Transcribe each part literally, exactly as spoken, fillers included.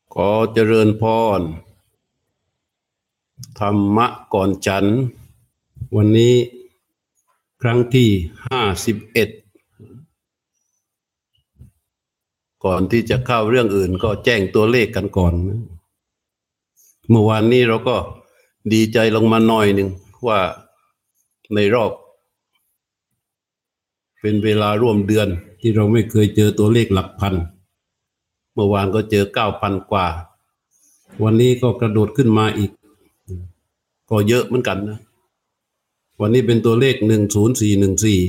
ขอเจริญพรธรรมะก่อนฉันวันนี้ครั้งที่ห้าสิบเอ็ดก่อนที่จะเข้าเรื่องอื่นก็แจ้งตัวเลขกันก่อนเมื่อวานนี้เราก็ดีใจลงมาหน่อยหนึ่งว่าในรอบเป็นเวลาร่วมเดือนที่เราไม่เคยเจอตัวเลขหลักพันเมื่อวานก็เจอ เก้าพัน กว่าวันนี้ก็กระโดดขึ้นมาอีกก็เยอะเหมือนกันนะวันนี้เป็นตัวเลขหนึ่งศูนย์สี่หนึ่งสี่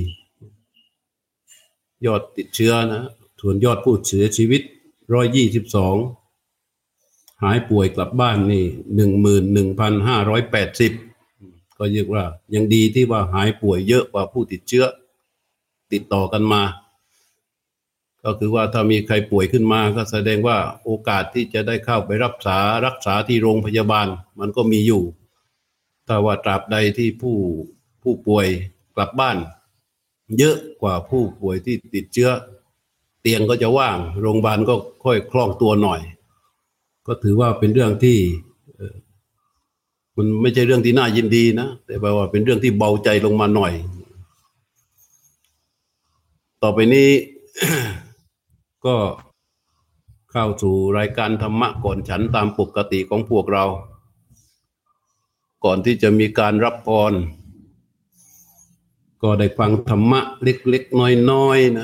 ยอดติดเชื้อนะส่วนยอดผู้เสียชีวิตหนึ่งร้อยยี่สิบสองหายป่วยกลับบ้านนี่ หนึ่งหมื่นหนึ่งพันห้าร้อยแปดสิบ ก็เรียกว่ายังดีที่ว่าหายป่วยเยอะกว่าผู้ติดเชื้อติดต่อกันมาก็คือว่าถ้ามีใครป่วยขึ้นมาก็แสดงว่าโอกาสที่จะได้เข้าไปรักษารักษาที่โรงพยาบาลมันก็มีอยู่ถ้าว่าตราบใดที่ผู้ผู้ป่วยกลับบ้านเยอะกว่าผู้ป่วยที่ติดเชื้อเตียงก็จะว่างโรงพยาบาลก็ค่อยคล่องตัวหน่อยก็ถือว่าเป็นเรื่องที่มันไม่ใช่เรื่องที่น่ายินดีนะแต่แปลว่าเป็นเรื่องที่เบาใจลงมาหน่อยต่อไปนี้ ก็เข้าสู่รายการธรรมะก่อนฉันตามปกติของพวกเราก่อนที่จะมีการรับพรก็ได้ฟังธรรมะเล็กๆน้อยๆนะ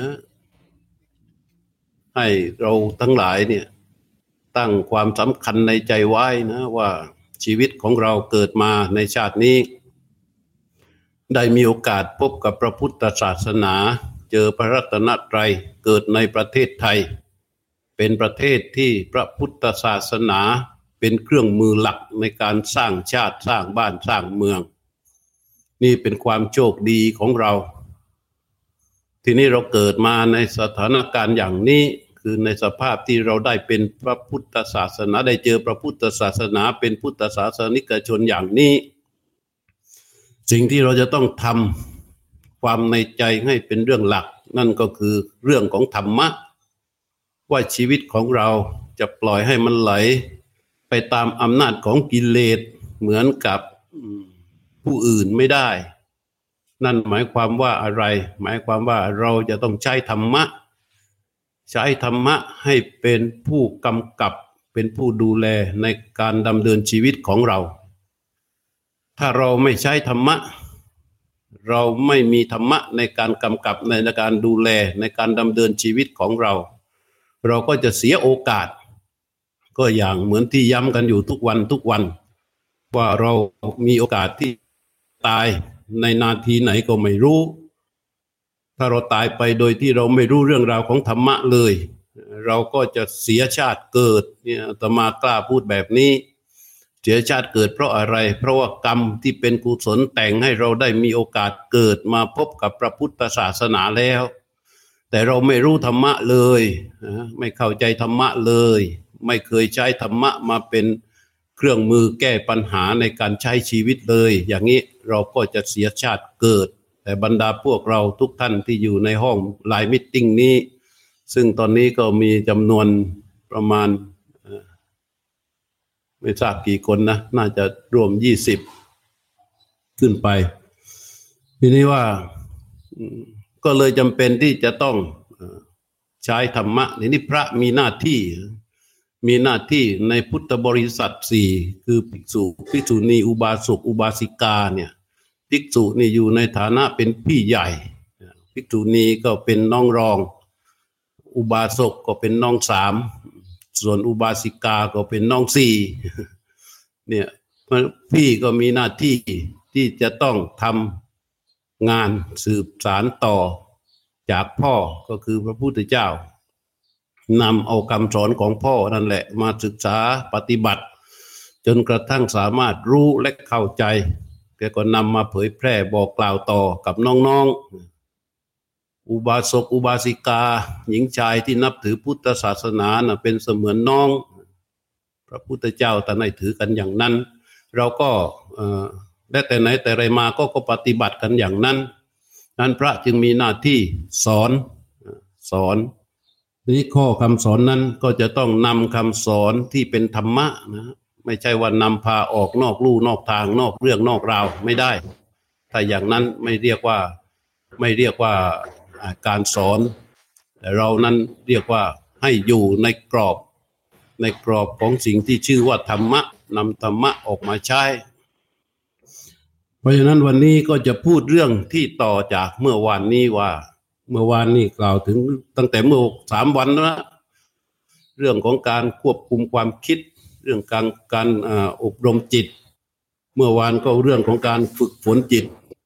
ให้เราทั้งหลายเนี่ยตั้งความสำคัญในใจไว้นะว่าชีวิตของเราเกิดมาในชาตินี้ได้มีโอกาสพบกับพระพุทธศาสนาเจอพระรัตนตรัยเกิดในประเทศไทยเป็นประเทศที่พระพุทธศาสนาเป็นเครื่องมือหลักในการสร้างชาติสร้างบ้านสร้างเมืองนี่เป็นความโชคดีของเราทีนี้เราเกิดมาในสถานการณ์อย่างนี้คือในสภาพที่เราได้เป็นพระพุทธศาสนาได้เจอพระพุทธศาสนาเป็นพุทธศาสนิกชนอย่างนี้สิ่งที่เราจะต้องทำความในใจให้เป็นเรื่องหลักนั่นก็คือเรื่องของธรรมะว่าชีวิตของเราจะปล่อยให้มันไหลไปตามอำนาจของกิเลสเหมือนกับผู้อื่นไม่ได้นั่นหมายความว่าอะไรหมายความว่าเราจะต้องใช้ธรรมะใช้ธรรมะให้เป็นผู้กำกับเป็นผู้ดูแลในการดำเนินชีวิตของเราถ้าเราไม่ใช้ธรรมะเราไม่มีธรรมะในการกำกับในการดูแลในการดำเนินชีวิตของเราเราก็จะเสียโอกาสก็อย่างเหมือนที่ย้ำกันอยู่ทุกวันทุกวันว่าเรามีโอกาสที่ตายในนาทีไหนก็ไม่รู้ถ้าเราตายไปโดยที่เราไม่รู้เรื่องราวของธรรมะเลยเราก็จะเสียชาติเกิดเนี่ยอาตมากล้าพูดแบบนี้เสียชาติเกิดเพราะอะไรเพราะว่ากรรมที่เป็นกุศลแต่งให้เราได้มีโอกาสเกิดมาพบกับพระพุทธศาสนาแล้วแต่เราไม่รู้ธรรมะเลยไม่เข้าใจธรรมะเลยไม่เคยใช้ธรรมะมาเป็นเครื่องมือแก้ปัญหาในการใช้ชีวิตเลยอย่างนี้เราก็จะเสียชาติเกิดแต่บรรดาพวกเราทุกท่านที่อยู่ในห้องไลน์มีตติ้งนี้ซึ่งตอนนี้ก็มีจำนวนประมาณไม่ทราบกี่คนนะน่าจะรวมยี่สิบขึ้นไปทีนี้ว่าก็เลยจำเป็นที่จะต้องใช้ธรรมะทีนี้พระมีหน้าที่มีหน้าที่ในพุทธบริษัทสี่คือภิกษุภิกษุณีอุบาสกอุบาสิกาเนี่ยภิกษุนี่อยู่ในฐานะเป็นพี่ใหญ่ภิกษุณีก็เป็นน้องรองอุบาสกก็เป็นน้องสามส่วนอุบาสิกาก็เป็นน้องสี่เนี่ยพี่ก็มีหน้าที่ที่จะต้องทำงานสืบสานต่อจากพ่อก็คือพระพุทธเจ้านำเอาคำสอนของพ่อนั่นแหละมาศึกษาปฏิบัติจนกระทั่งสามารถรู้และเข้าใจแกก็นำมาเผยแพร่บอกกล่าวต่อกับน้องๆอุบาสกอุบาสิกาหญิงชายที่นับถือพุทธศาสนาน่ะเป็นเสมือนน้องพระพุทธเจ้าท่านให้ถือกันอย่างนั้นเราก็ได้แต่ไหนแต่ไรมาก็ก็ปฏิบัติกันอย่างนั้นนั้นพระจึงมีหน้าที่สอนสอนนี้ข้อคำสอนนั้นก็จะต้องนำคำสอนที่เป็นธรรมะนะไม่ใช่ว่านำพาออกนอกลู่นอกทางนอกเรื่องนอกราวไม่ได้ถ้าอย่างนั้นไม่เรียกว่าไม่เรียกว่าการสอนแต่เรานั้นเรียกว่าให้อยู่ในกรอบในกรอบของสิ่งที่ชื่อว่าธรรมะนำธรรมะออกมาใช้เพราะฉะนั้นวันนี้ก็จะพูดเรื่องที่ต่อจากเมื่อวานนี้ว่าเมื่อวานนี้กล่าวถึงตั้งแต่เมื่อสามวันแล้วเรื่องของการควบคุมความคิดเรื่องการการอบรมจิตเมื่อวานก็เรื่องของการฝึกฝนจิต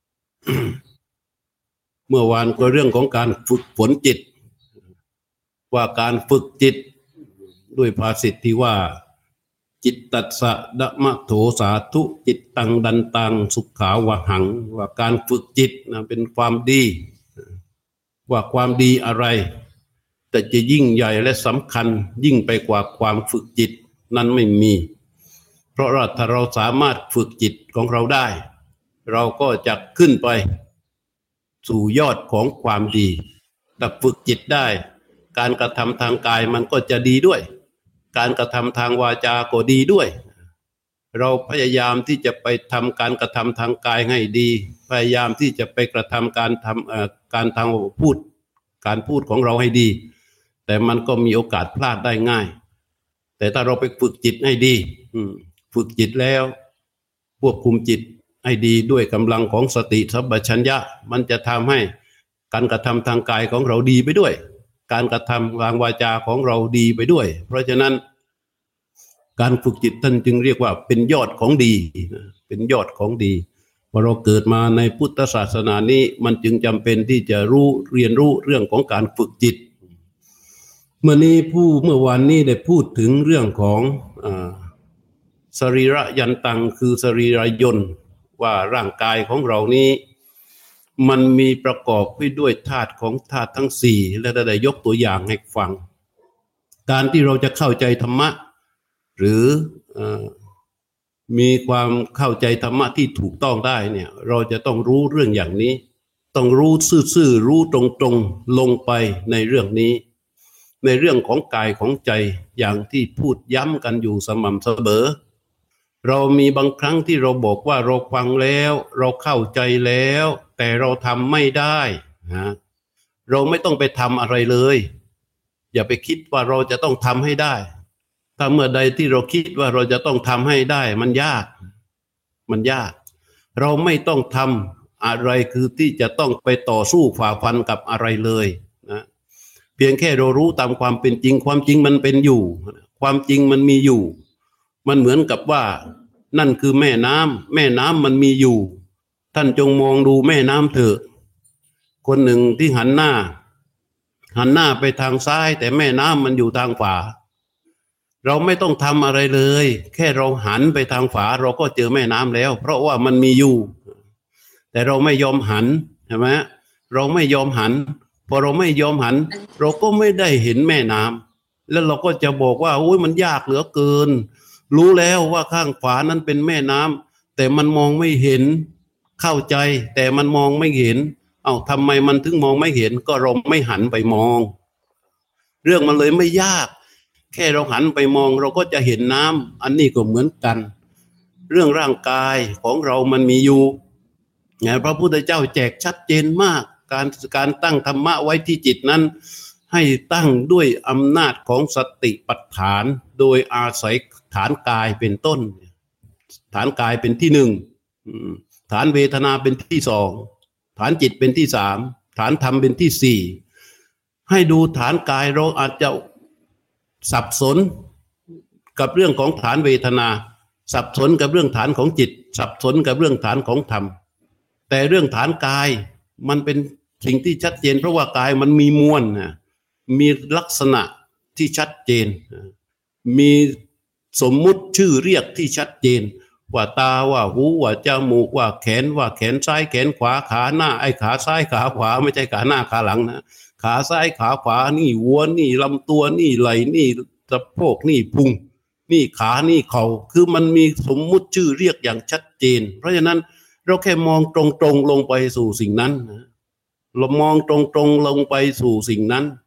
เมื่อวานก็เรื่องของการฝึกฝนจิตว่าการฝึกจิตด้วยภาษิตที่ว่าจิตตัสสะดะมะโถสาธุจิตตังดันตังสุขาวะหังว่าการฝึกจิตนะเป็นความดีว่าความดีอะไรแต่จะยิ่งใหญ่และสำคัญยิ่งไปกว่าความฝึกจิตนั้นไม่มีเพราะว่าถ้าเราสามารถฝึกจิตของเราได้เราก็จะขึ้นไปสู่ยอดของความดีถ้าฝึกจิตได้การกระทำทางกายมันก็จะดีด้วยการกระทำทางวาจาก็ดีด้วยเราพยายามที่จะไปทำการกระทำทางกายให้ดีพยายามที่จะไปกระทำการทำเอ่อการทางพูดการพูดของเราให้ดีแต่มันก็มีโอกาสพลาดได้ง่ายแต่ถ้าเราไปฝึกจิตให้ดีฝึกจิตแล้วควบคุมจิตให้ดีด้วยกำลังของสติสัมปชัญญะมันจะทำให้การกระทำทางกายของเราดีไปด้วยการกระทำทางวาจาของเราดีไปด้วยเพราะฉะนั้นการฝึกจิตท่านจึงเรียกว่าเป็นยอดของดีเป็นยอดของดีพอเราเกิดมาในพุทธศาสนานี้มันจึงจำเป็นที่จะรู้เรียนรู้เรื่องของการฝึกจิตเมื่อนี้ผู้เมื่อวานนี้ได้พูดถึงเรื่องของอ่าสรีระยันตังคือสรีระยนต์ว่าร่างกายของเรานี้มันมีประกอบไปด้วยธาตุของธาตุทั้งสี่และได้ยกตัวอย่างให้ฟังการที่เราจะเข้าใจธรรมะหรือมีความเข้าใจธรรมะที่ถูกต้องได้เนี่ยเราจะต้องรู้เรื่องอย่างนี้ต้องรู้ซื่อๆรู้ตรงๆลงไปในเรื่องนี้ในเรื่องของกายของใจอย่างที่พูดย้ำกันอยู่สม่ำเสมอเรามีบางครั้งที่เราบอกว่าเราฟังแล้วเราเข้าใจแล้วแต่เราทำไม่ได้นะเราไม่ต้องไปทำอะไรเลยอย่าไปคิดว่าเราจะต้องทำให้ได้ถ้าเมื่อใดที่เราคิดว่าเราจะต้องทำให้ได้มันยากมันยากเราไม่ต้องทำอะไรคือที่จะต้องไปต่อสู้ฝ่าฟันกับอะไรเลยนะเพียงแค่เรารู้ตามความเป็นจริงความจริงมันเป็นอยู่ความจริงมันมีอยู่มันเหมือนกับว่านั่นคือแม่น้ำแม่น้ำมันมีอยู่ท่านจงมองดูแม่น้ำเถอะคนหนึ่งที่หันหน้าหันหน้าไปทางซ้ายแต่แม่น้ำมันอยู่ทางขวาเราไม่ต้องทำอะไรเลยแค่เราหันไปทางขวาเราก็เจอแม่น้ำแล้วเพราะว่ามันมีอยู่แต่เราไม่ยอมหันใช่ไหมเราไม่ยอมหันพอเราไม่ยอมหันเราก็ไม่ได้เห็นแม่น้ำแล้วเราก็จะบอกว่าโอ้ยมันยากเหลือเกินรู้แล้วว่าข้างขวานั้นเป็นแม่น้ำแต่มันมองไม่เห็นเข้าใจแต่มันมองไม่เห็นเอ้าทำไมมันถึงมองไม่เห็นก็เราไม่หันไปมองเรื่องมันเลยไม่ยากแค่เราหันไปมองเราก็จะเห็นน้ำอันนี้ก็เหมือนกันเรื่องร่างกายของเรามันมีอยู่เนี่ยพระพุทธเจ้าแจกชัดเจนมากการการตั้งธรรมะไว้ที่จิตนั้นให้ตั้งด้วยอำนาจของสติปัฏฐานโดยอาศัยฐานกายเป็นต้นฐานกายเป็นที่หนึ่งฐานเวทนาเป็นที่สองฐานจิตเป็นที่สามฐานธรรมเป็นที่สี่ให้ดูฐานกายเราอาจจะสับสนกับเรื่องของฐานเวทนาสับสนกับเรื่องฐานของจิตสับสนกับเรื่องฐานของธรรมแต่เรื่องฐานกายมันเป็นสิ่งที่ชัดเจนเพราะว่ากายมันมีมวลนะมีลักษณะที่ชัดเจนมีสมมุติชื่อเรียกที่ชัดเจนว่าตาว่าหูว่าจมูกว่าแขนว่าแขนซ้ายแขนขวาขาหน้าไอ้ขาซ้ายขาขวาไม่ใช่ขาหน้าขาหลังนะขาซ้ายขาขวานี่หัวนี่ลำตัวนี่ไหล่นี่สะโพกนี่พุงนี่ขานี่เข่าคือมันมีสมมุติชื่อเรียกอย่างชัดเจนเพราะฉะนั้นเราแค่มองตรงๆลงไปสู่สิ่งนั้นเรามองตรงๆลงไปสู่สิ่งนั้น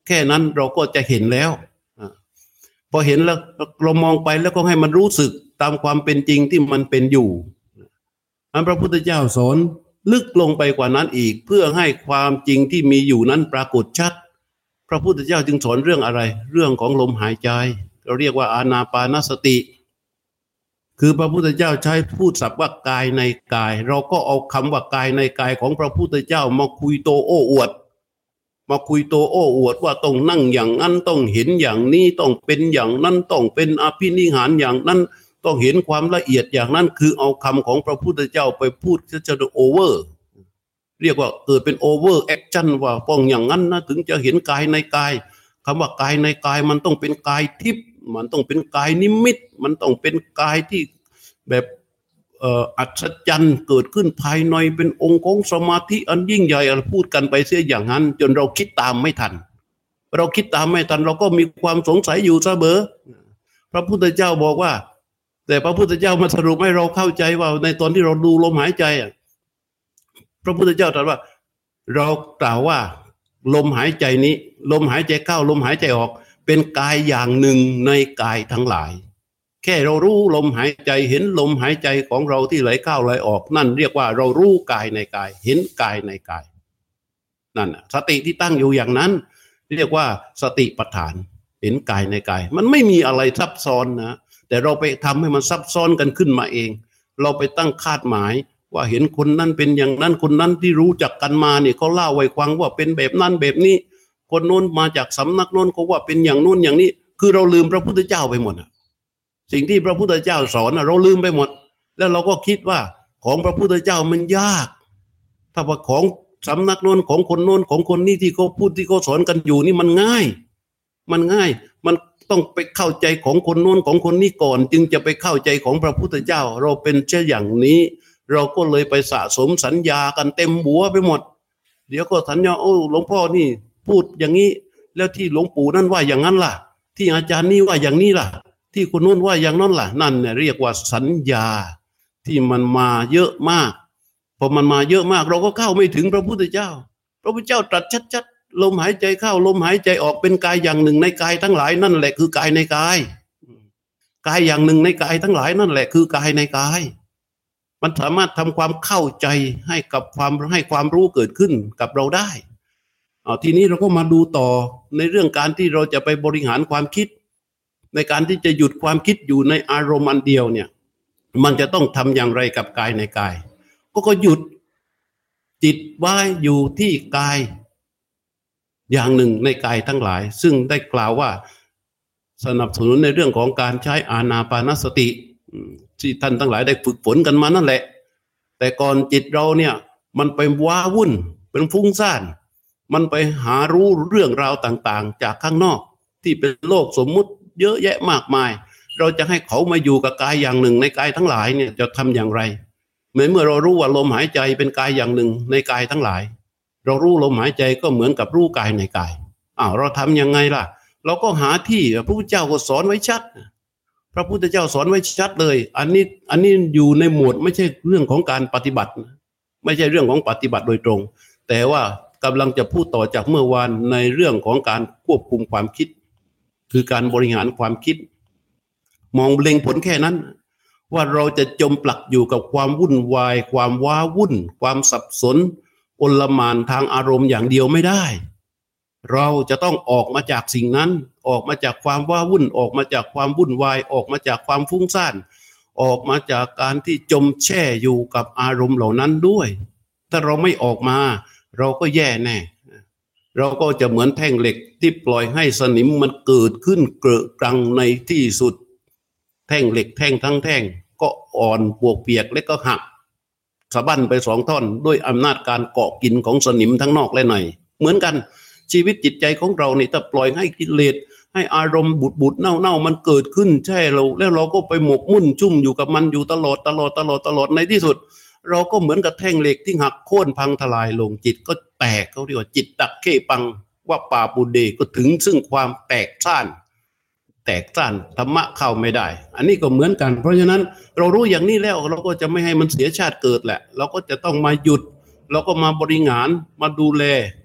แค่นั้นเราก็จะเห็นแล้วพอเห็นแล้วเรามองไปแล้วก็ให้มันรู้สึกตามความเป็นจริงที่มันเป็นอยู่อันพระพุทธเจ้าสอนลึกลงไปกว่านั้นอีกเพื่อให้ความจริงที่มีอยู่นั้นปรากฏชัดพระพุทธเจ้าจึงสอนเรื่องอะไรเรื่องของลมหายใจเราเรียกว่าอานาปานสติคือพระพุทธเจ้าใช้พูดศัพท์ว่ากายในกายเราก็เอาคำว่ากายในกายของพระพุทธเจ้ามาคุยโตโอ้อวดมาคุยโตโอ้อวดว่าต้องนั่งอย่างนั้นต้องเห็นอย่างนี้ต้องเป็นอย่างนั้นต้องเป็นอภินิหารอย่างนั้นต้องเห็นความละเอียดอย่างนั้นคือเอาคำของพระพุทธเจ้าไปพูดจะโอเวอร์เรียกว่าเกิดเป็นโอเวอร์แอคชั่นว่าป้องอย่างนั้นนะถึงจะเห็นกายในกายคำว่ากายในกายมันต้องเป็นกายทิพย์มันต้องเป็นกายนิมิตมันต้องเป็นกายที่แบบเอ่ออัศจรรย์เกิดขึ้นภายในเป็นองค์ของสมาธิอันยิ่งใหญ่เราพูดกันไปเสียอย่างนั้นจนเราคิดตามไม่ทันเราคิดตามไม่ทันเราก็มีความสงสัยอยู่เสมอพระพุทธเจ้าบอกว่าแต่พระพุทธเจ้ามาสรุปให้เราเข้าใจว่าในตอนที่เราดูลมหายใจอ่ะพระพุทธเจ้าตรัสว่าเรากล่าวว่าลมหายใจนี้ลมหายใจเข้าลมหายใจออกเป็นกายอย่างหนึ่งในกายทั้งหลายแค่เรารู้ลมหายใจเห็นลมหายใจของเราที่ไหลเข้าไหลออกนั่นเรียกว่าเรารู้กายในกายเห็นกายในกายนั่นสติที่ตั้งอยู่อย่างนั้นเรียกว่าสติปัฏฐานเห็นกายในกายมันไม่มีอะไรซับซ้อนนะแต่เราไปทำให้มันซับซ้อนกันขึ้นมาเองเราไปตั้งคาดหมายว่าเห็นคนนั้นเป็นอย่างนั้นคนนั้นที่รู้จักกันมาเนี่ยเขาเล่าไว้ฟังว่าเป็นแบบนั้นแบบนี้คนโน้นมาจากสำนักโน้นเขาว่าเป็นอย่างโน้นอย่างนี้คือเราลืมพระพุทธเจ้าไปหมดอะสิ่งที่พระพุทธเจ้าสอนเราลืมไปหมดแล้วเราก็คิดว่าของพระพุทธเจ้ามันยากถ้าว่าของสำนักโน้นของคนโน้นของคนนี้ที่เขาพูดที่เขาสอนกันอยู่นี่มันง่ายมันง่ายมันต้องไปเข้าใจของคนโน้นของคนนี้ก่อนจึงจะไปเข้าใจของพระพุทธเจ้าเราเป็นเช่นอย่างนี้เราก็เลยไปสะสมสัญญากันเต็มหัวไปหมดเดี๋ยวก็สัญญาโอ้หลวงพ่อนี่พูดอย่างนี้แล้วที่หลวงปู่นั่นว่าอย่างนั้นล่ะที่อาจารย์นี่ว่าอย่างนี้ล่ะที่คนโน้นว่าอย่างนั้นล่ะนั่นเนี่ยเรียกว่าสัญญาที่มันมาเยอะมากพอมันมาเยอะมากเราก็เข้าไม่ถึงพระพุทธเจ้าพระพุทธเจ้าตรัสชัดๆลมหายใจเข้าลมหายใจออกเป็นกายอย่างหนึ่งในกายทั้งหลายนั่นแหละคือกายในกายกายอย่างหนึ่งในกายทั้งหลายนั่นแหละคือกายในกายมันสามารถทำความเข้าใจให้กับความให้ความรู้เกิดขึ้นกับเราได้เอาทีนี้เราก็มาดูต่อในเรื่องการที่เราจะไปบริหารความคิดในการที่จะหยุดความคิดอยู่ในอารมณ์อันเดียวเนี่ยมันจะต้องทำอย่างไรกับกายในกายก็ก็หยุดจิตไว้อยู่ที่กายอย่างหนึ่งในกายทั้งหลายซึ่งได้กล่าวว่าสนับสนุนในเรื่องของการใช้อานาปานสติที่ท่านทั้งหลายได้ฝึกฝนกันมานั่นแหละแต่ก่อนจิตเราเนี่ยมันไปว้าวุ่นเป็นฟุ้งซ่านมันไปหารู้เรื่องราวต่างๆจากข้างนอกที่เป็นโลกสมมุติเยอะแยะมากมายเราจะให้เขามาอยู่กับกายอย่างหนึ่งในกายทั้งหลายเนี่ยจะทำอย่างไรเมื่อเรารู้ว่าลมหายใจเป็นกายอย่างหนึ่งในกายทั้งหลายเรารู้ลมหายใจก็เหมือนกับรู้กายในกายอ้าวเราทำยังไงล่ะเราก็หาที่พระพุทธเจ้าก็สอนไว้ชัดพระพุทธเจ้าสอนไว้ชัดเลยอันนี้อันนี้อยู่ในหมวดไม่ใช่เรื่องของการปฏิบัติไม่ใช่เรื่องของปฏิบัติโดยตรงแต่ว่ากำลังจะพูดต่อจากเมื่อวานในเรื่องของการควบคุมความคิดคือการบริหารความคิดมองเล็งผลแค่นั้นว่าเราจะจมปลักอยู่กับความวุ่นวายความว้าวุ่นความสับสนโอลหม่านทางอารมณ์อย่างเดียวไม่ได้เราจะต้องออกมาจากสิ่งนั้นออกมาจากความว้าวุ่นออกมาจากความวุ่นวายออกมาจากความฟุ้งซ่านออกมาจากการที่จมแช่อยู่กับอารมณ์เหล่านั้นด้วยถ้าเราไม่ออกมาเราก็แย่แน่เราก็จะเหมือนแท่งเหล็กที่ปล่อยให้สนิมมันเกิดขึ้นเกลอะกรังในที่สุดแท่งเหล็กแท่งทั้งแท่งก็อ่อนปวกเปียกและก็หักสะบั้นไปสองท่อนด้วยอำนาจการเกาะกินของสนิมทั้งนอกและในเหมือนกันชีวิตจิตใจของเรานี่ถ้าปล่อยให้กิเลสให้อารมณ์บุดบุดเน่าเน่ามันเกิดขึ้นแช่เราแล้วเราก็ไปหมกมุ่นจุ่มอยู่กับมันอยู่ตลอดตลอดตลอดตลอดในที่สุดเราก็เหมือนกับแท่งเหล็กที่หักโค่นพังทลายลงจิตก็แตกเขาเรียกว่าจิตตักเข้ปังว่าป่าปูเดก็ถึงซึ่งความแตกซ่านแตกซ่านธรรมะเข้าไม่ได้อันนี้ก็เหมือนกันเพราะฉะนั้นเรารู้อย่างนี้แล้วเราก็จะไม่ให้มันเสียชาติเกิดแหละเราก็จะต้องมาหยุดเราก็มาบริหารมาดูแล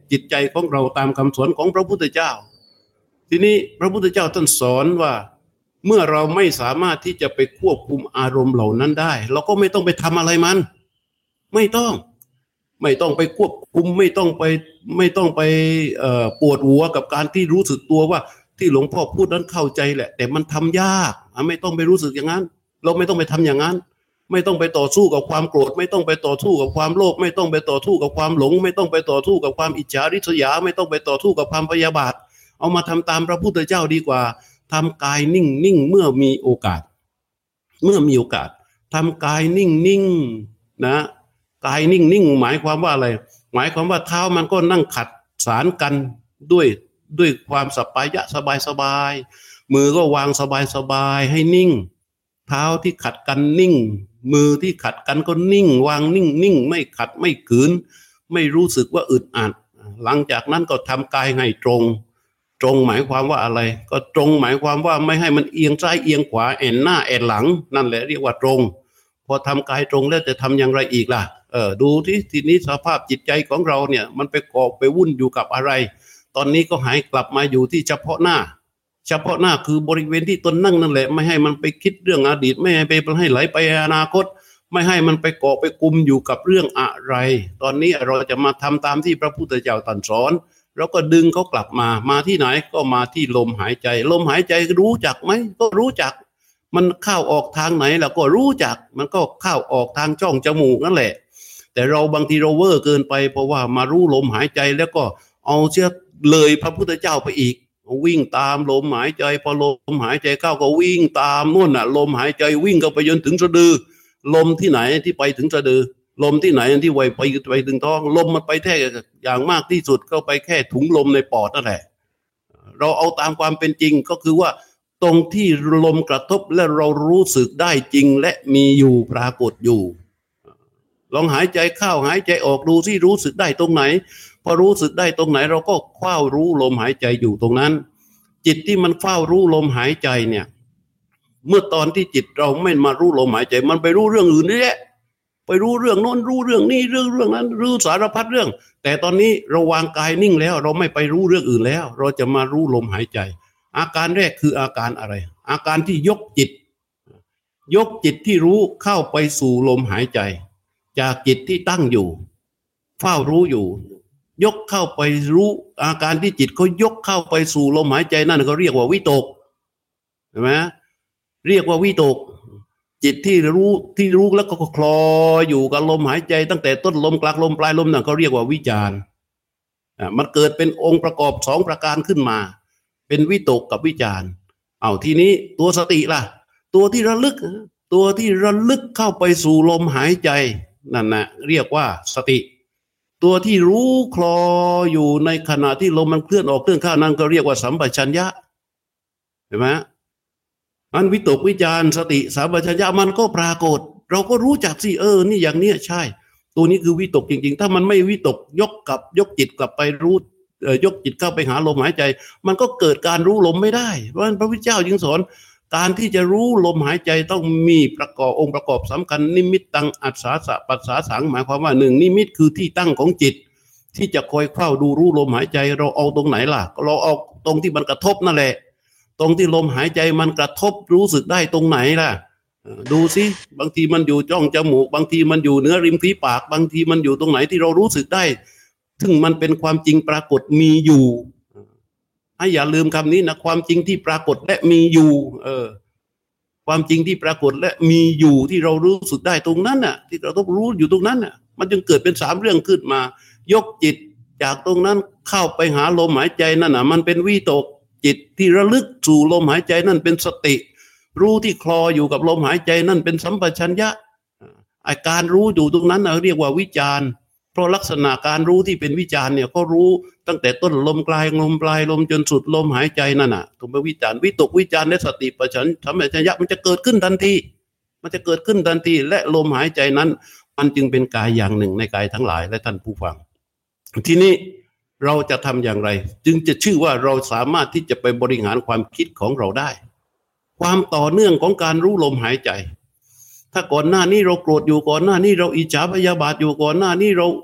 จิตใจของเราตามคำสอนของพระพุทธเจ้าทีนี้พระพุทธเจ้าท่านสอนว่าเมื่อเราไม่สามารถที่จะไปควบคุมอารมณ์เหล่านั้นได้เราก็ไม่ต้องไปทำอะไรมันไม่ต้องไม่ต้องไปควบคุมไม่ต้องไปไม่ต้องไปเอ่อปวดหัวกับการที่รู้สึกตัวว่าที่หลวงพ่อพูดนั้นเข้าใจแหละแต่มันทำยากไม่ต้องไปรู้สึกอย่างนั้นเราไม่ต้องไปทำอย่างนั้นไม่ต้องไปต่อสู้กับความโกรธไม่ต้องไปต่อสู้กับความโลภไม่ต้องไปต่อสู้กับความหลงไม่ต้องไปต่อสู้กับความอิจฉาริษยาไม่ต้องไปต่อสู้กับความพยาบาทเอามาทำตามพระพุทธเจ้าดีกว่าทำกายนิ่งนิ่งเมื่อมีโอกาสเมื่อมีโอกาสทำกายนิ่งนิ่งนะกายนิ่งนิ่งหมายความว่าอะไรหมายความว่าเท้ามันก็นั่งขัดสารกันด้วยด้วยความสบายะสบายสบายมือก็วางสบายสบายให้นิ่งเท้าที่ขัดกันนิ่งมือที่ขัดกันก็นิ่งวางนิ่งนิ่งไม่ขัดไม่ขืนไม่รู้สึกว่าอึดอัดหลังจากนั้นก็ทำกายให้ตรงตรงหมายความว่าอะไรก็ตรงหมายความว่าไม่ให้มันเอียงซ้ายเอียงขวาแอนหน้าแอนหลังนั่นแหละเรียกว่าตรงพอทำกายตรงแล้วจะทำอย่างไรอีกล่ะเออดูที่ทีนี้สภาพจิตใจของเราเนี่ยมันไปเกาะไปวุ่นอยู่กับอะไรตอนนี้ก็หายกลับมาอยู่ที่เฉพาะหน้าเฉพาะหน้าคือบริเวณที่ตนนั่งนั่นแหละไม่ให้มันไปคิดเรื่องอดีตไม่ให้ไปให้ไหลไปอนาคตไม่ให้มันไปเกาะไปกุมอยู่กับเรื่องอะไรตอนนี้เราจะมาทำตามที่พระพุทธเจ้าตรัสสอนเราก็ดึงเขากลับมามาที่ไหนก็มาที่ลมหายใจลมหายใจรู้จักไหมก็รู้จักมันเข้าออกทางไหนเราก็รู้จักมันก็เข้าออกทางช่องจมูกนั่นแหละแต่เราบางทีเราเวอร์เกินไปเพราะว่ามารู้ลมหายใจแล้วก็เอาเชือกเลยพระพุทธเจ้าไปอีกวิ่งตามลมหายใจพอลมหายใจเข้าก็วิ่งตามนู่นน่ะลมหายใจวิ่งเข้าไปจนถึงสะดือลมที่ไหนที่ไปถึงสะดือลมที่ไหนที่ไวไปไปถึงท้องลมมันไปแค่อย่างมากที่สุดก็ไปแค่ถุงลมในปอดนั่นแหละเราเอาตามความเป็นจริงก็คือว่าตรงที่ลมกระทบและเรารู้สึกได้จริงและมีอยู่ปรากฏอยู่ลองหายใจเข้าหายใจออกดูที่รู้สึกได้ตรงไหนพอรู้สึกได้ตรงไหนเราก็เฝ้ารู้ลมหายใจอยู่ตรงนั้นจิตที่มันเฝ้ารู้ลมหายใจเนี่ยเมื่อตอนที่จิตเราไม่มารู้ลมหายใจมันไปรู้เรื่องอื่นนี่แหละไปรู้เรื่องโน้นรู้เรื่องนี้เรื่องเรื่องนั้นรู้สารพัดเรื่องแต่ตอนนี้เราวางกายนิ่งแล้วเราไม่ไปรู้เรื่องอื่นแล้วเราจะมารู้ลมหายใจอาการแรกคืออาการอะไรอาการที่ยกจิตยกจิตที่รู้เข้าไปสู่ลมหายใจจากจิตที่ตั้งอยู่เฝ้ารู้อยู่ยกเข้าไปรู้อาการที่จิตเขายกเข้าไปสู่ลมหายใจนั่นเขาเรียกว่าวิตกเห็นไหมเรียกว่าวิตกจิตที่รู้ที่รู้แล้วก็คลออยู่กับลมหายใจตั้งแต่ต้นลมกลางลมปลายลมนั่นเขาเรียกว่าวิจารอ่ามันเกิดเป็นองค์ประกอบสองประการขึ้นมาเป็นวิตกกับวิจารเอาทีนี้ตัวสติล่ะตัวที่ระลึกตัวที่ระลึกเข้าไปสู่ลมหายใจนั่นนะเรียกว่าสติตัวที่รู้คลออยู่ในขณะที่ลมมันเคลื่อนออกเคลื่อนเข้านั้นก็เรียกว่าสัมปชัญญะเห็นไหมอันวิตกวิจารสติสัมปชัญญะมันก็ปรากฏเราก็รู้จักสิเออนี่อย่างเนี้ยใช่ตัวนี้คือวิตกจริงๆถ้ามันไม่วิตกยกกับยกจิตกลับไปรู้เอ่อยกจิตเข้าไปหาลมหายใจมันก็เกิดการรู้ลมไม่ได้เพราะฉะนั้นพระพุทธเจ้าจึงสอนการที่จะรู้ลมหายใจต้องมีประกอบองค์ประกอบสำคัญนิมิตตังอัศสาสะปัสสาสังหมายความว่าหนึ่งนิมิตคือที่ตั้งของจิตที่จะคอยเฝ้าดูรู้ลมหายใจเราเอาตรงไหนล่ะเราเอาตรงที่มันกระทบนั่นแหละตรงที่ลมหายใจมันกระทบรู้สึกได้ตรงไหนล่ะดูสิบางทีมันอยู่จ้องจมูกบางทีมันอยู่เหนือริมฝีปากบางทีมันอยู่ตรงไหนที่เรารู้สึกได้ซึ่งมันเป็นความจริงปรากฏมีอยู่ให้อย่าลืมคำนี้นะความจริงที่ปรากฏและมีอยู่เออความจริงที่ปรากฏและมีอยู่ที่เรารู้สึกได้ตรงนั้นน่ะที่เราต้องรู้อยู่ตรงนั้นน่ะมันจึงเกิดเป็นสามเรื่องขึ้นมายกจิตจากตรงนั้นเข้าไปหาลมหายใจนั่นน่ะมันเป็นวิตกจิตที่ระลึกสู่ลมหายใจนั่นเป็นสติรู้ที่คลออยู่กับลมหายใจนั่นเป็นสัมปชัญญะอาการรู้อยู่ตรงนั้นเรียกว่าวิจารเพราะลักษณะการรู้ที่เป็นวิจารเนี่ยก็รู้ตั้งแต่ต้นลมกลายลมปลายลมจนสุดลมหายใจนั่นน่ะถูกไหมวิจารวิตกวิจารและสติปัฏฐานสัมปชัญญะมันจะเกิดขึ้นทันทีมันจะเกิดขึ้นทันทีและลมหายใจนั้นมันจึงเป็นกายอย่างหนึ่งในกายทั้งหลายและท่านผู้ฟังทีนี้เราจะทำอย่างไรจึงจะชื่อว่าเราสามารถที่จะไปบริหารความคิดของเราได้ความต่อเนื่องของการรู้ลมหายใจถ้าก่อนหน้านี้เราโกรธอยู่ก่อนหน้านี้เราอิจฉาพยาบาทอยู่ก่อนหน้านี้เรา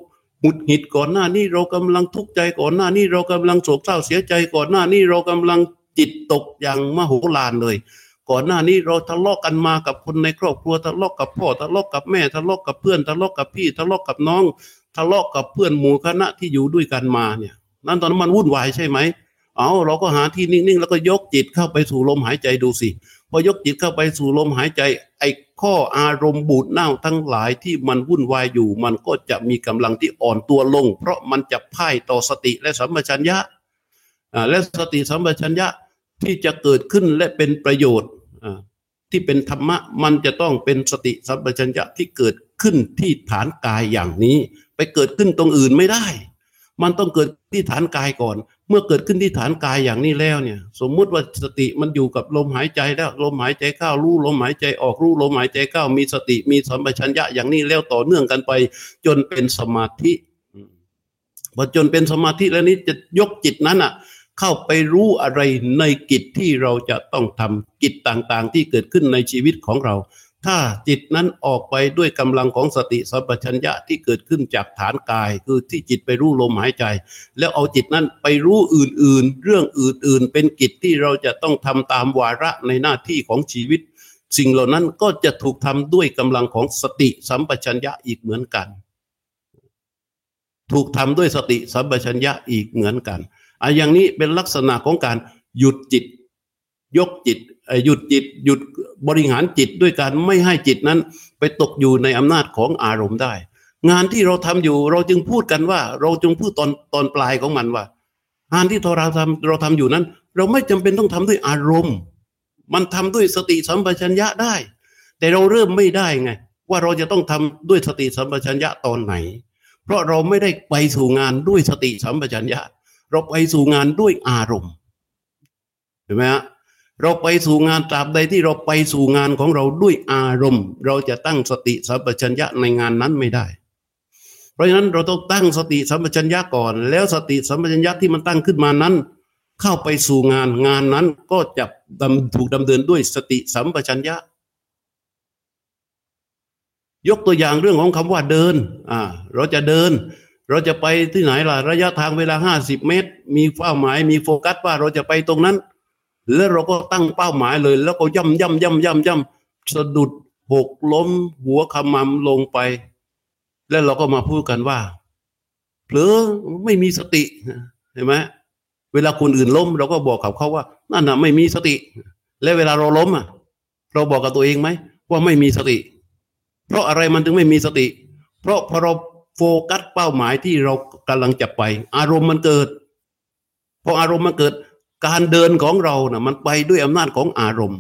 หงุดหงิดก่อนหน้านี้เรากำลังทุกข์ใจก่อนหน้านี้เรากำลังโศกเศร้าเสียใจก่อนหน้านี้เรากำลังจิตตกอย่างมโหฬารเลยก่อนหน้านี้เราทะเลาะกันมากับคนในครอบครัวทะเลาะกับพ่อทะเลาะกับแม่ทะเลาะกับเพื่อนทะเลาะกับพี่ทะเลาะกับน้องทะเลาะกับเพื่อนหมู่คณะที่อยู่ด้วยกันมาเนี่ยนั่นตอนนั้นมันวุ่นวายใช่ไหมเอาเราก็หาที่นิ่งๆแล้วก็ยกจิตเข้าไปสู่ลมหายใจดูสิพอยกจิตเข้าไปสู่ลมหายใจไอ้ข้ออารมณ์บูดเน่าทั้งหลายที่มันวุ่นวายอยู่มันก็จะมีกำลังที่อ่อนตัวลงเพราะมันจะพ่ายต่อสติและสัมปชัญญะอ่าและสติสัมปชัญญะที่จะเกิดขึ้นและเป็นประโยชน์อ่าที่เป็นธรรมะมันจะต้องเป็นสติสัมปชัญญะที่เกิดขึ้นที่ฐานกายอย่างนี้ไปเกิดขึ้นตรงอื่นไม่ได้มันต้องเกิดที่ฐานกายก่อนเมื่อเกิดขึ้นที่ฐานกายอย่างนี้แล้วเนี่ยสมมุติว่าสติมันอยู่กับลมหายใจแล้วลมหายใจเข้ารู้ลมหายใจออกรู้ลมหายใจเข้ามีสติมีสัมปชัญญะอย่างนี้แล้วต่อเนื่องกันไปจนเป็นสมาธิพอจนเป็นสมาธิแล้วนี้จะยกจิตนั้นอ่ะเข้าไปรู้อะไรในกิจที่เราจะต้องทำกิจต่างๆที่เกิดขึ้นในชีวิตของเราถ้าจิตนั้นออกไปด้วยกำลังของสติสัมปชัญญะที่เกิดขึ้นจากฐานกายคือที่จิตไปรู้ลมหายใจแล้วเอาจิตนั้นไปรู้อื่นๆเรื่องอื่นๆเป็นกิจที่เราจะต้องทำตามวาระในหน้าที่ของชีวิตสิ่งเหล่านั้นก็จะถูกทำด้วยกำลังของสติสัมปชัญญะอีกเหมือนกันถูกทำด้วยสติสัมปชัญญะอีกเหมือนกันอ่ะอย่างนี้เป็นลักษณะของการหยุดจิตยกจิตหยุดจิตหยุดบริหารจิตด้วยการไม่ให้จิตนั้นไปตกอยู่ในอำนาจของอารมณ์ได้งานที่เราทำอยู่เราจึงพูดกันว่าเราจึงพูดตอนตอนปลายของมันว่างานที่เราทำเราทำอยู่นั้นเราไม่จำเป็นต้องทำด้วยอารมณ์มันทำด้วยสติสัมปชัญญะได้แต่เราเริ่มไม่ได้ไงว่าเราจะต้องทำด้วยสติสัมปชัญญะตอนไหนเพราะเราไม่ได้ไปสู่งานด้วยสติสัมปชัญญะเราไปสู่งานด้วยอารมณ์เห็นไหมฮะเราไปสู่งานตราบใดที่เราไปสู่งานของเราด้วยอารมณ์เราจะตั้งสติสัมปชัญญะในงานนั้นไม่ได้เพราะฉะนั้นเราต้องตั้งสติสัมปชัญญะก่อนแล้วสติสัมปชัญญะที่มันตั้งขึ้นมานั้นเข้าไปสู่งานงานนั้นก็จะถูกดำเนินด้วยสติสัมปชัญญะยกตัวอย่างเรื่องของคำว่าเดินอ่าเราจะเดินเราจะไปที่ไหนล่ะระยะทางเวลาห้าสิบเมตรมีเป้าหมายมีโฟกัสว่าเราจะไปตรงนั้นแล้วเราก็ตั้งเป้าหมายเลยแล้วก็ย่ำย่ำย่ำย่ำย่ำสะดุดหกล้มหัวขมำลงไปแล้วเราก็มาพูดกันว่าเผลอไม่มีสติเห็นไหมเวลาคนอื่นล้มเราก็บอกกับเขาว่านั่นน่ะไม่มีสติแล้วเวลาเราล้มอ่ะเราบอกกับตัวเองไหมว่าไม่มีสติเพราะอะไรมันถึงไม่มีสติเพราะพอเราโฟกัสเป้าหมายที่เรากำลังจะไปอารมณ์มันเกิดพออารมณ์มันเกิดการเดินของเรานะ่ะมันไปด้วยอำนาจของอารมณ์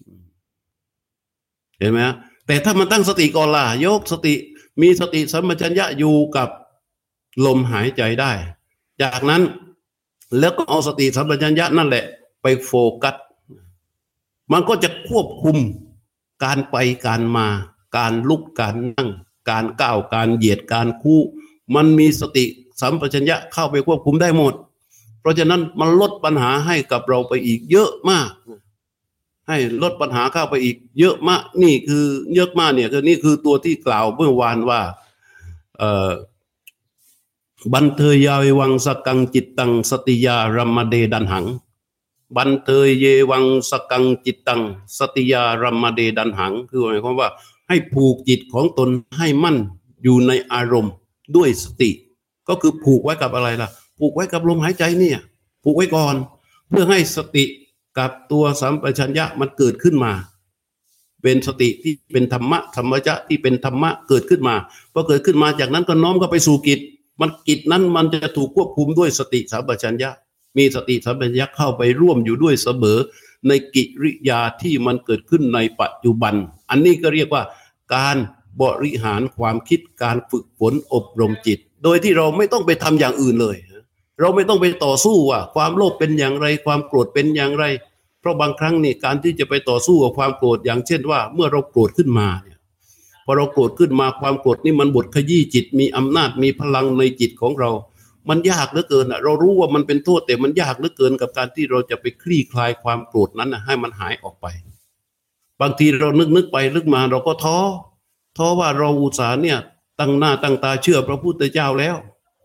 เห็นไหมแต่ถ้ามันตั้งสติก่อนล่ะยกสติมีสติสัมปชัญญะอยู่กับลมหายใจได้จากนั้นแล้วก็เอาสติสัมปชัญญะนั่นแหละไปโฟกัสมันก็จะควบคุมการไปการมาการลุกการนั่งการก้าวการเหยียดการคู่มันมีสติสัมปชัญญะเข้าไปควบคุมได้หมดเพราะฉะนั้นมันลดปัญหาให้กับเราไปอีกเยอะมากให้ลดปัญหาเข้าไปอีกเยอะมากนี่คือเยอะมากเนี่ยคือนี่คือตัวที่กล่าวเมื่อวานว่าเอ่อบันเทยาวังสกังจิตตังสติยารัมมเดดันหังบันเทยเยวังสกังจิตตังสติยารัมมเดดันหังคือหมายความว่าให้ผูกจิตของตนให้มั่นอยู่ในอารมณ์ด้วยสติก็คือผูกไว้กับอะไรล่ะผูกไว้กับลมหายใจเนี่ยผูกไว้ก่อนเพื่อให้สติกับตัวสัมปชัญญะมันเกิดขึ้นมาเป็นสติที่เป็นธรรมะธรรมะที่เป็นธรรมะเกิดขึ้นมาพอเกิดขึ้นมาจากนั้นก็น้อมเข้าไปสู่กิจมันกิจนั้นมันจะถูกควบคุมด้วยสติสัมปชัญญะมีสติสัมปชัญญะเข้าไปร่วมอยู่ด้วยเสมอในกิริยาที่มันเกิดขึ้นในปัจจุบันอันนี้ก็เรียกว่าการบริหารความคิดการฝึกฝนอบรมจิตโดยที่เราไม่ต้องไปทำอย่างอื่นเลยเราไม่ต้องไปต่อสู้ว่าความโลภเป็นอย่างไรความโกรธเป็นอย่างไรเพราะบางครั้งนี่การที่จะไปต่อสู้กับความโกรธอย่างเช่นว่าเมื่อเราโกรธขึ้นมาเนี่ยพอเราโกรธขึ้นมาความโกรธนี่มันบดขยี้จิตมีอำนาจมีพลังในจิตของเรามันยากเหลือเกินอ่ะเรารู้ว่ามันเป็นโทษแต่มันยากเหลือเกินกับการที่เราจะไปคลี่คลายความโกรธนั้นนะให้มันหายออกไปบางทีเรานึกนึกไปนึกมาเราก็ท้อท้อว่าเราอุตส่าห์เนี่ยตั้งหน้าตั้งตาเชื่อพระพุทธเจ้าแล้ว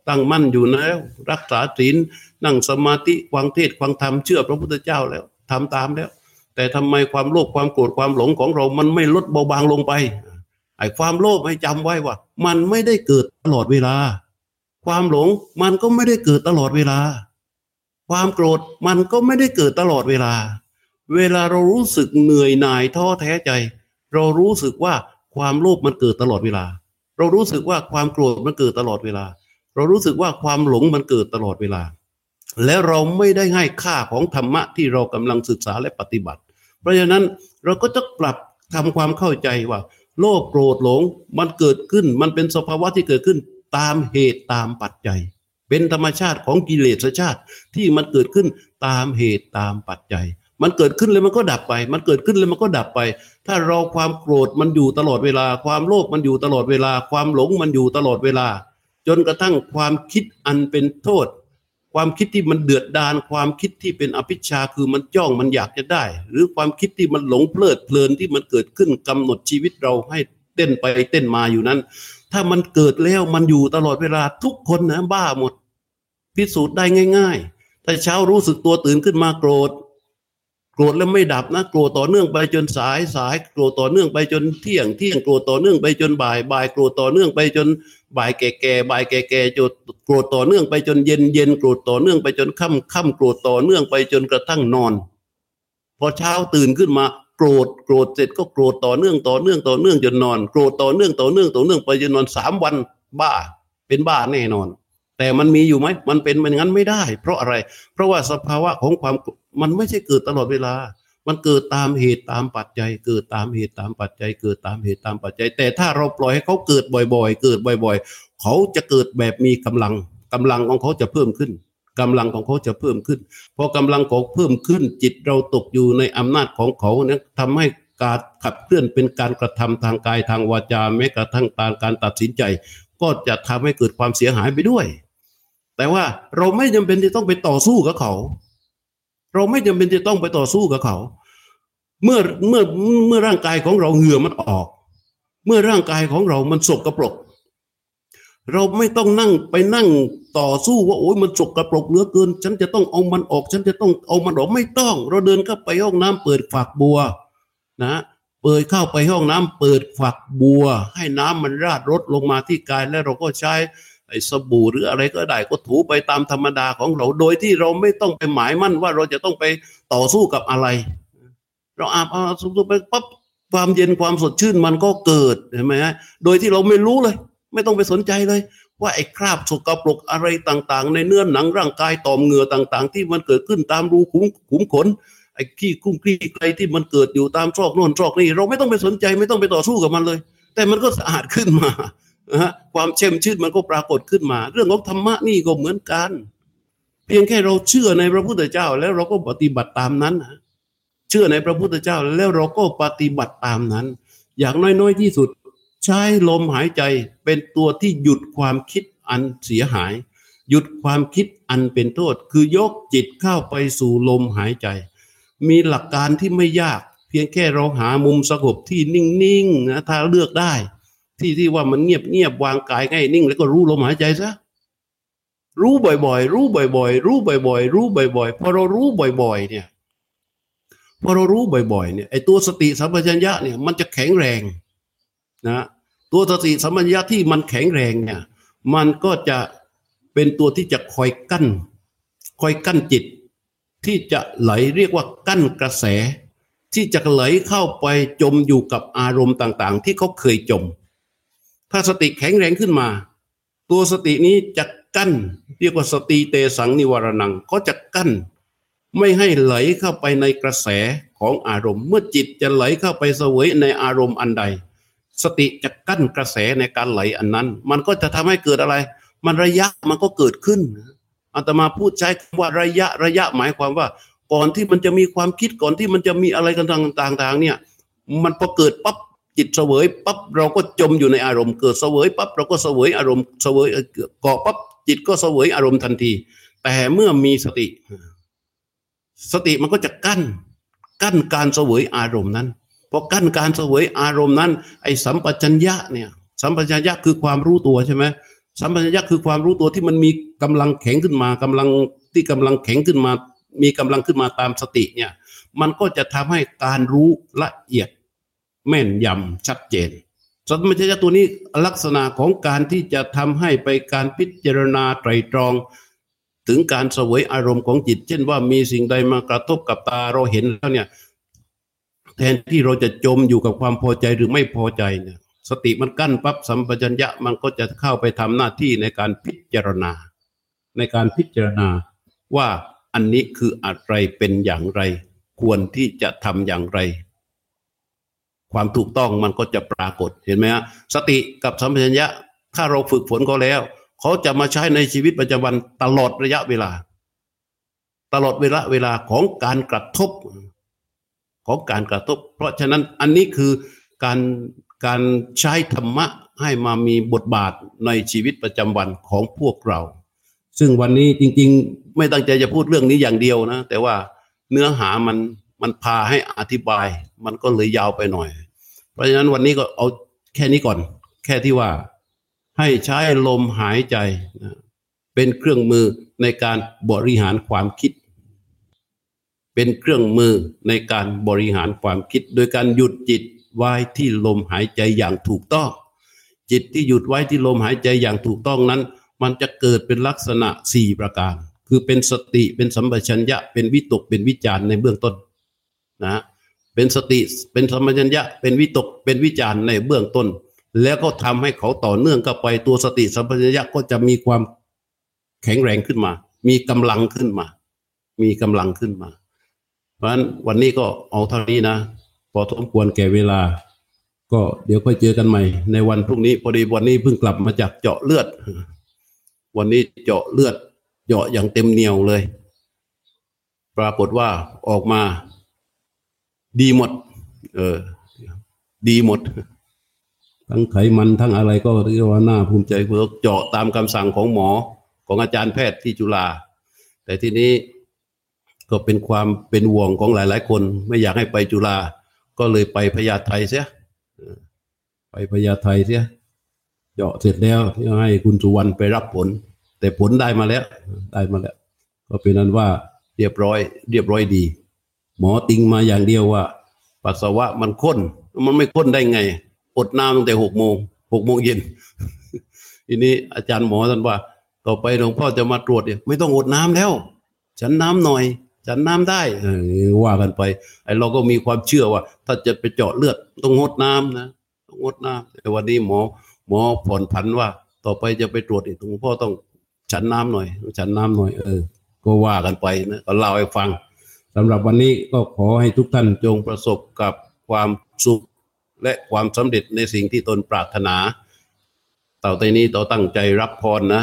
ตั้งมั่นอยู่แล้วรักษาศีลนั่งสมาธิฟังเทศน์ฟังธรรมเชื่อพระพุทธเจ้าแล้วทำตามแล้วแต่ทำไมความโลภความโกรธความหลงของเรามันไม่ลดเบาบางลงไปไอ้ความโลภให้จำไว้ว่ามันไม่ได้เกิดตลอดเวลาความหลงมันก็ไม่ได้เกิดตลอดเวลาความโกรธมันก็ไม่ได้เกิดตลอดเวลาเวลาเรารู้สึกเหนื่อยหน่ายท้อแท้ใจเรารู้สึกว่าความโลภมันเกิดตลอดเวลาเรารู้สึกว่าความโกรธมันเกิดตลอดเวลาเรารู้สึกว่าความหลงมันเกิดตลอดเวลาและเราไม่ได้ให้ค่าของธรรมะที่เรากำลังศึกษาและปฏิบัติเพราะฉะนั้นเราก็ต้องปรับทำความเข้าใจว่าโลภโกรธหลงมันเกิดขึ้นมันเป็นสภาวะที่เกิดขึ้นตามเหตุตามปัจจัยเป็นธรรมชาติของกิเลสชาติที่มันเกิดขึ้นตามเหตุตามปัจจัยมันเกิดขึ้นเลยมันก็ดับไปมันเกิดขึ้นเลยมันก็ดับไปถ้าเราความโกรธมันอยู่ตลอดเวลาความโลภมันอยู่ตลอดเวลาความหลงมันอยู่ตลอดเวลาจนกระทั่งความคิดอันเป็นโทษความคิดที่มันเดือดดาลความคิดที่เป็นอภิชาคือมันจ้องมันอยากจะได้หรือความคิดที่มันหลงเพลิดเพลินที่มันเกิดขึ้นกำหนดชีวิตเราให้เต้นไปเต้นมาอยู่นั้นถ้ามันเกิดแล้วมันอยู่ตลอดเวลาทุกคนนะบ้าหมดพิสูจน์ได้ง่ายๆถ้าเช้ารู้สึกตัวตื่นขึ้นมาโกรธโกรธแล้วไม่ดับนะโกรธต่อเนื่องไปจนสายสายโกรธต่อเนื่องไปจนเที่ยงเที่ยงโกรธต่อเนื่องไปจนบ่ายบ่ายโกรธต่อเนื่องไปจนบ่ายแก่แก่บ่ายแก่แก่จนโกรธต่อเนื่องไปจนเย็นเย็นโกรธต่อเนื่องไปจนค่ำค่ำโกรธต่อเนื่องไปจนกระทั่งนอนพอเช้าตื่นขึ้นมาโกรธโกรธเสร็จก็โกรธต่อเนื่องต่อเนื่องต่อเนื่องจนนอนโกรธต่อเนื่องต่อเนื่องต่อเนื่องไปจนนอนสามวันบ้าเป็นบ้าแน่นอนแต่มันมีอยู่ไหมมันเป็นมันงั้นไม่ได้เพราะอะไรเพราะว่าสภาวะของความมันไม่ใช่เกิดตลอดเวลามันเกิดตามเหตุตามปัจจัยเกิดตามเหตุตามปัจจัยเกิดตามเหตุตามปัจจัยแต่ถ้าเราปล่อยให้เขาเกิดบ่อยๆเกิดบ่อยๆเขาจะเกิดแบบมีกำลังกำลังของเขาจะเพิ่มขึ้นกำลังของเขาจะเพิ่มขึ้นพอกำลังของเพิ่มขึ้นจิตเราตกอยู่ในอำนาจของเขาเนี่ยทำให้การขับเคลื่อนเป็นการกระทำทางกายทางวาจาแม้กระทั่งการการตัดสินใจก็จะทำให้เกิดความเสียหายไปด้วยแต่ว่าเราไม่จำเป็นที่ต้องไปต่อสู้กับเขาเราไม่จำเป็นที่ต้องไปต่อสู้กับเขาเมื่อเมื่อเมื่อร่างกายของเราเหงื่อมันออกเมื่อร่างกายของเรามันสกปรกเราไม่ต้องนั่งไปนั่งต่อสู้ว่าโอ๊ยมันสกปรกเหลือเกินฉันจะต้องเอามันออกฉันจะต้องเอามันออกไม่ต้องเราเดินเข้าไปห้องน้ำเปิดฝักบัวนะเปิดเข้าไปห้องน้ำเปิดฝักบัวให้น้ำมันราดรดลงมาที่กายแล้วเราก็ใช้ไอ้สบู่หรืออะไรก็ได้ก็ถูไปตามธรรมดาของเราโดยที่เราไม่ต้องไปหมายมั่นว่าเราจะต้องไปต่อสู้กับอะไรเราอาบเอาสบู่ไปปั๊บความเย็นความสดชื่นมันก็เกิดเห็นไหมฮะโดยที่เราไม่รู้เลยไม่ต้องไปสนใจเลยว่าไอ้คราบสกปรกอะไรต่างๆในเนื้อหนังร่างกายต่อมเหงื่อต่างๆที่มันเกิดขึ้นตามรูขุมขุมขนไอ้ขี้กุ้งขี้ไกลที่มันเกิดอยู่ตามซอกโน่นซอกนี่เราไม่ต้องไปสนใจไม่ต้องไปต่อสู้กับมันเลยแต่มันก็สะอาดขึ้นมาความเช่มชื่นมันก็ปรากฏขึ้นมาเรื่องของธรรมะนี่ก็เหมือนกันเพียงแค่เราเชื่อในพระพุทธเจ้าแล้วเราก็ปฏิบัติตามนั้นเชื่อในพระพุทธเจ้าแล้วเราก็ปฏิบัติตามนั้นอย่างน้อยๆที่สุดใช้ลมหายใจเป็นตัวที่หยุดความคิดอันเสียหายหยุดความคิดอันเป็นโทษคือยกจิตเข้าไปสู่ลมหายใจมีหลักการที่ไม่ยากเพียงแค่เราหามุมสงบที่นิ่งๆนะถ้าเลือกได้ที่ที่ว่ามันเงียบๆวางกายให้นิ่งแล้วก็รู้ลมหายใจซะรู้บ่อยๆรู้บ่อยๆรู้บ่อยๆรู้บ่อยๆพอเรารู้บ่อยๆเนี่ยพอเรารู้บ่อยๆเนี่ยไอ้ตัวสติสัมปชัญญะเนี่ยมันจะแข็งแรงนะตัวสติสัมปชัญญะที่มันแข็งแรงเนี่ยมันก็จะเป็นตัวที่จะคอยกั้นคอยกั้นจิตที่จะไหลเรียกว่ากั้นกระแสที่จะไหลเข้าไปจมอยู่กับอารมณ์ต่างๆที่เขาเคยจมถ้าสติแข็งแรงขึ้นมาตัวสตินี้จะกั้นเรียกว่าสติเตสังนิวรณังก็จะกั้นไม่ให้ไหลเข้าไปในกระแสของอารมณ์เมื่อจิตจะไหลเข้าไปเสวยในอารมณ์อันใดสติจะกั้นกระแสในการไหลอันนั้นมันก็จะทำให้เกิดอะไรมันระยะมันก็เกิดขึ้นอาตมาพูดใช้คำว่าระยะระยะหมายความว่าก่อนที่มันจะมีความคิดก่อนที่มันจะมีอะไรกันต่างๆเนี่ยมันพอเกิดปั๊บจิตเสวยปั๊บเราก็จมอยู่ในอารมณ์เกิดเสวยปั๊บเราก็เสวยอารมณ์เสวยเกาะปั๊บจิตก็เสวยอารมณ์ทันทีแต่เมื่อมีสติสติมันก็จะกั้นกั้นการเสวยอารมณ์นั้นพอกั้นการเสวยอารมณ์นั้นไอ้สัมปชัญญะเนี่ยสัมปชัญญะคือความรู้ตัวใช่ไหมสัมปชัญญะคือความรู้ตัวที่มันมีกำลังแข็งขึ้นมากำลังที่กำลังแข็งขึ้นมามีกำลังขึ้นมาตามสติเนี่ยมันก็จะทำให้การรู้ละเอียดแม่นยำชัดเจนสัมปชัญญะตัวนี้ลักษณะของการที่จะทำให้ไปการพิจารณาไตรตรองถึงการเสวยอารมณ์ของจิตเช่นว่ามีสิ่งใดมากระทบกับตาเราเห็นแล้วเนี่ยแทนที่เราจะจมอยู่กับความพอใจหรือไม่พอใจเนี่ยสติมันกั้นปั๊บสัมปชัญญะมันก็จะเข้าไปทำหน้าที่ในการพิจารณาในการพิจารณาว่าอันนี้คืออะไรเป็นอย่างไรควรที่จะทำอย่างไรความถูกต้องมันก็จะปรากฏเห็นไหมฮะสติกับสัมปชัญญะถ้าเราฝึกฝนเขาแล้วเขาจะมาใช้ในชีวิตประจำวันตลอดระยะเวลาตลอดเวลาเวลาของการกระทบของการกระทบเพราะฉะนั้นอันนี้คือการการใช้ธรรมะให้มามีบทบาทในชีวิตประจำวันของพวกเราซึ่งวันนี้จริงๆไม่ตั้งใจจะพูดเรื่องนี้อย่างเดียวนะแต่ว่าเนื้อหามันมันพาให้อธิบายมันก็เลยยาวไปหน่อยเพราะฉะนั้นวันนี้ก็เอาแค่นี้ก่อนแค่ที่ว่าให้ใช้ลมหายใจนะเป็นเครื่องมือในการบริหารความคิดเป็นเครื่องมือในการบริหารความคิดโดยการหยุดจิตไว้ที่ลมหายใจอย่างถูกต้องจิตที่หยุดไว้ที่ลมหายใจอย่างถูกต้องนั้นมันจะเกิดเป็นลักษณะสี่ประการคือเป็นสติเป็นสัมปชัญญะเป็นวิตกเป็นวิจารณ์ในเบื้องต้นนะเป็นสติเป็นสัมปชัญญะเป็นวิตกเป็นวิจารณ์ในเบื้องต้นแล้วก็ทำให้เขาต่อเนื่องกันไปตัวสติสัมปชัญญะก็จะมีความแข็งแรงขึ้นมามีกำลังขึ้นมามีกำลังขึ้นมาเพราะฉะนั้นวันนี้ก็เอาเท่านี้นะพอสมควรแก่เวลาก็เดี๋ยวค่อยเจอกันใหม่ในวันพรุ่งนี้พอดีวันนี้เพิ่งกลับมาจากเจาะเลือดวันนี้เจาะเลือดเจาะอย่างเต็มเหนียวเลยปรากฏว่าออกมาดีหมดเออดีหมดทั้งไขมันทั้งอะไรก็เรียกว่าน่าภูมิใจเพื่อเจาะตามคำสั่งของหมอของอาจารย์แพทย์ที่จุฬาแต่ทีนี้ก็เป็นความเป็นห่วงของหลายๆคนไม่อยากให้ไปจุฬาก็เลยไปพญาไทเสียไปพญาไทเสียเจาะเสร็จแล้วให้คุณสุวรรณไปรับผลแต่ผลได้มาแล้วได้มาแล้วก็เป็นนั้นว่าเรียบร้อยเรียบร้อยดีหมอติงมาอย่างเดียวว่าปัสสาวะมันข้นมันไม่ข้นได้ไงอดน้ำตั้งแต่หกโมงหกโมงเย็นทีนี้อาจารย์หมอท่านว่าต่อไปหลวงพ่อจะมาตรวจเนี่ยไม่ต้องอดน้ำแล้วฉันน้ำหน่อยฉันน้ำได้เออว่ากันไปไอ้เราก็มีความเชื่อว่าถ้าจะไปเจาะเลือดต้องงดน้ำนะต้องงดน้ำแต่วันนี้หมอหมอผ่อนผันว่าต่อไปจะไปตรวจอีกหลวงพ่อต้องฉันน้ำหน่อยฉันน้ำหน่อยเออก็ว่ากันไปนะก็เล่าให้ฟังสำหรับวันนี้ก็ขอให้ทุกท่านจงประสบกับความสุขและความสำเร็จในสิ่งที่ตนปรารถนาต่อไปนี้ต่อตั้งใจรับพรนะ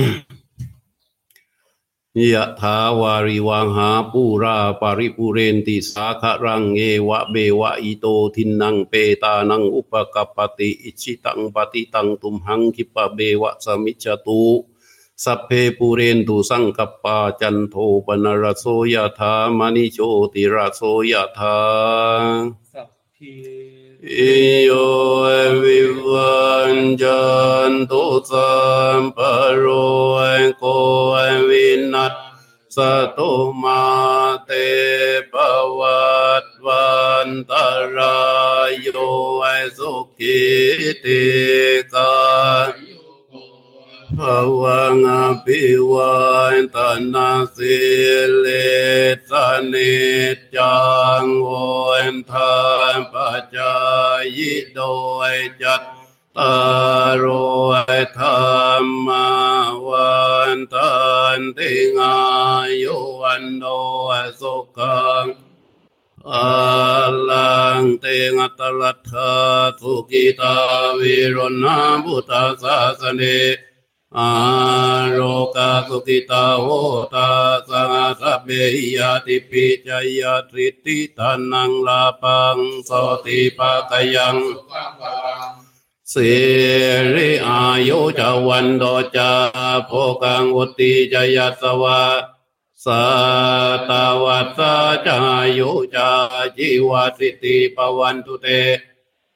ยะถาวาริวังหาปูราปาริปุเรนติสาคารังเอวะเบวะอิโตทินังเปตานังอุปกัปปติอิชิตังปฏิตังตุมหังคิปะเบวะสมิจจตุสัพเพปุเรนตุสังกัปปาจันโทปนรโสยะถามณิโชติระโสยะถาสัพพิอิโยวิวันจันตุสัมปโรโควินัสสตุมาเตปวัตวันตรายโยสุขิติกาภวังอภิวันตนาสิเลสนิจจังโอนทานปัจจายโดยจัตตารโอธรรมวันตันติอายุวันโนสุขังอาลังเตงัตลัทธาสุกิตาวิรุณาพุทธศาสเนอาโรกาสุกิตาโหตาสังสเบยติปิจยตริติทานังลาปังโสติปะกยังสิริอายุจวันโดจาโภกังวุติจยัสวะสัตวัสสะจายุจาจิวาสิติปวันตุเตภ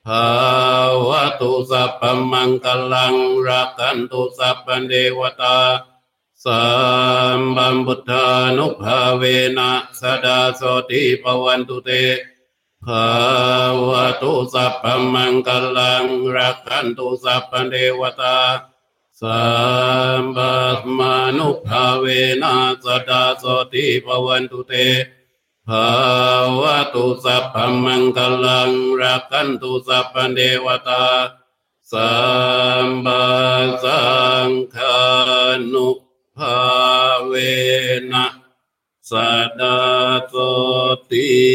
ภาวะตุสัพพมังคลังรักขันตุสัพพเทวตาสัมบัมพุทธานุภาเวนะสดาโสติภวันตุเตภาวะตุสัพพมังคลังรักขันตุสัพพเทวตาสัมบัมมานุภาเวนะสดาโสติภวันตุเตภาวะตุสัพพมังคลังรักขันตุสัพพเทวตาสัมมาสังฆานุภาเวนะสดาโสติ